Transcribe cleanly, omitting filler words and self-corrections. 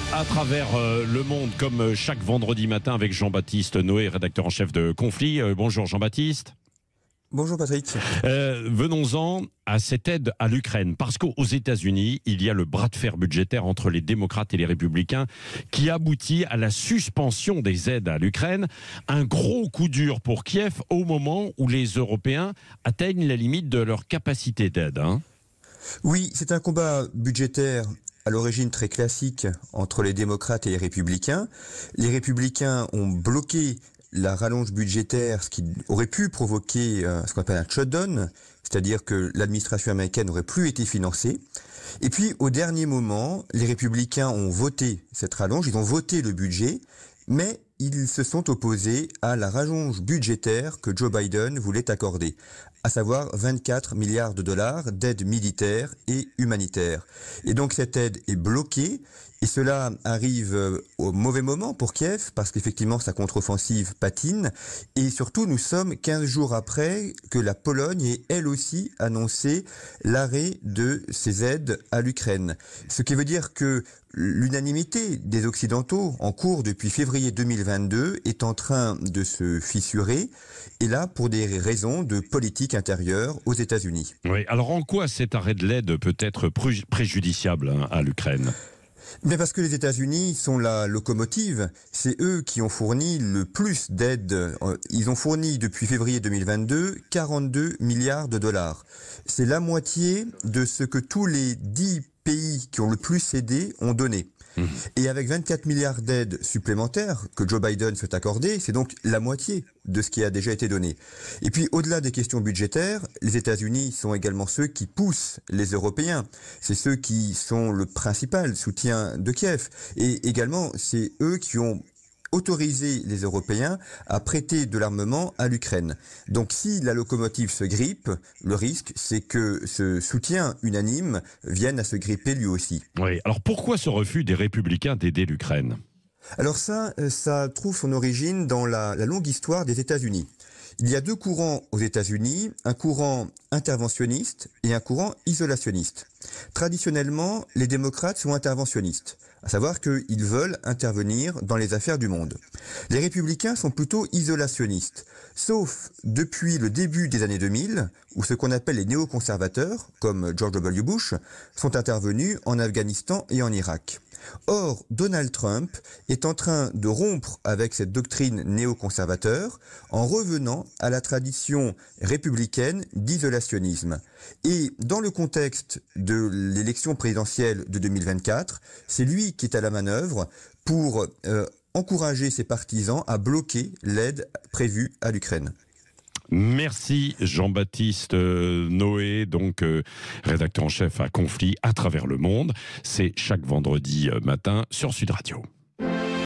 À travers le monde, comme chaque vendredi matin avec Jean-Baptiste Noé, rédacteur en chef de Conflit. Bonjour Jean-Baptiste. Bonjour Patrick. Venons-en à cette aide à l'Ukraine, parce qu'aux États-Unis, il y a le bras de fer budgétaire entre les démocrates et les républicains qui aboutit à la suspension des aides à l'Ukraine. Un gros coup dur pour Kiev au moment où les Européens atteignent la limite de leur capacité d'aide. Oui, c'est un combat budgétaire à l'origine très classique entre les démocrates et les républicains. Les républicains ont bloqué la rallonge budgétaire, ce qui aurait pu provoquer ce qu'on appelle un shutdown, c'est-à-dire que l'administration américaine n'aurait plus été financée. Et puis, au dernier moment, les républicains ont voté cette rallonge, ils ont voté le budget, mais ils se sont opposés à la rallonge budgétaire que Joe Biden voulait accorder, à savoir 24 milliards de dollars d'aide militaire et humanitaire. Et donc cette aide est bloquée, et cela arrive au mauvais moment pour Kiev, parce qu'effectivement sa contre-offensive patine, et surtout nous sommes 15 jours après que la Pologne ait elle aussi annoncé l'arrêt de ses aides à l'Ukraine. Ce qui veut dire que l'unanimité des Occidentaux, en cours depuis février 2022, est en train de se fissurer, et là pour des raisons de politique intérieure aux États-Unis. Oui, alors en quoi cet arrêt de l'aide peut être préjudiciable à l'Ukraine ? Mais parce que les États-Unis sont la locomotive, c'est eux qui ont fourni le plus d'aide. Ils ont fourni depuis février 2022 42 milliards de dollars. C'est la moitié de ce que tous les 10 pays qui ont le plus aidé ont donné. Et avec 24 milliards d'aides supplémentaires que Joe Biden souhaite accorder, c'est donc la moitié de ce qui a déjà été donné. Et puis au-delà des questions budgétaires, les États-Unis sont également ceux qui poussent les Européens. C'est ceux qui sont le principal soutien de Kiev. Et également, c'est eux qui ont autoriser les Européens à prêter de l'armement à l'Ukraine. Donc si la locomotive se grippe, le risque c'est que ce soutien unanime vienne à se gripper lui aussi. Oui, alors pourquoi ce refus des républicains d'aider l'Ukraine ? Alors ça trouve son origine dans la longue histoire des États-Unis. Il y a deux courants aux États-Unis, un courant interventionniste et un courant isolationniste. Traditionnellement, les démocrates sont interventionnistes, à savoir qu'ils veulent intervenir dans les affaires du monde. Les républicains sont plutôt isolationnistes, sauf depuis le début des années 2000, où ce qu'on appelle les néoconservateurs, comme George W. Bush, sont intervenus en Afghanistan et en Irak. Or, Donald Trump est en train de rompre avec cette doctrine néoconservateur en revenant à la tradition républicaine d'isolationnisme. Et dans le contexte de l'élection présidentielle de 2024, c'est lui qui est à la manœuvre pour encourager ses partisans à bloquer l'aide prévue à l'Ukraine. Merci Jean-Baptiste Noé, donc rédacteur en chef à Conflit à travers le monde. C'est chaque vendredi matin sur Sud Radio.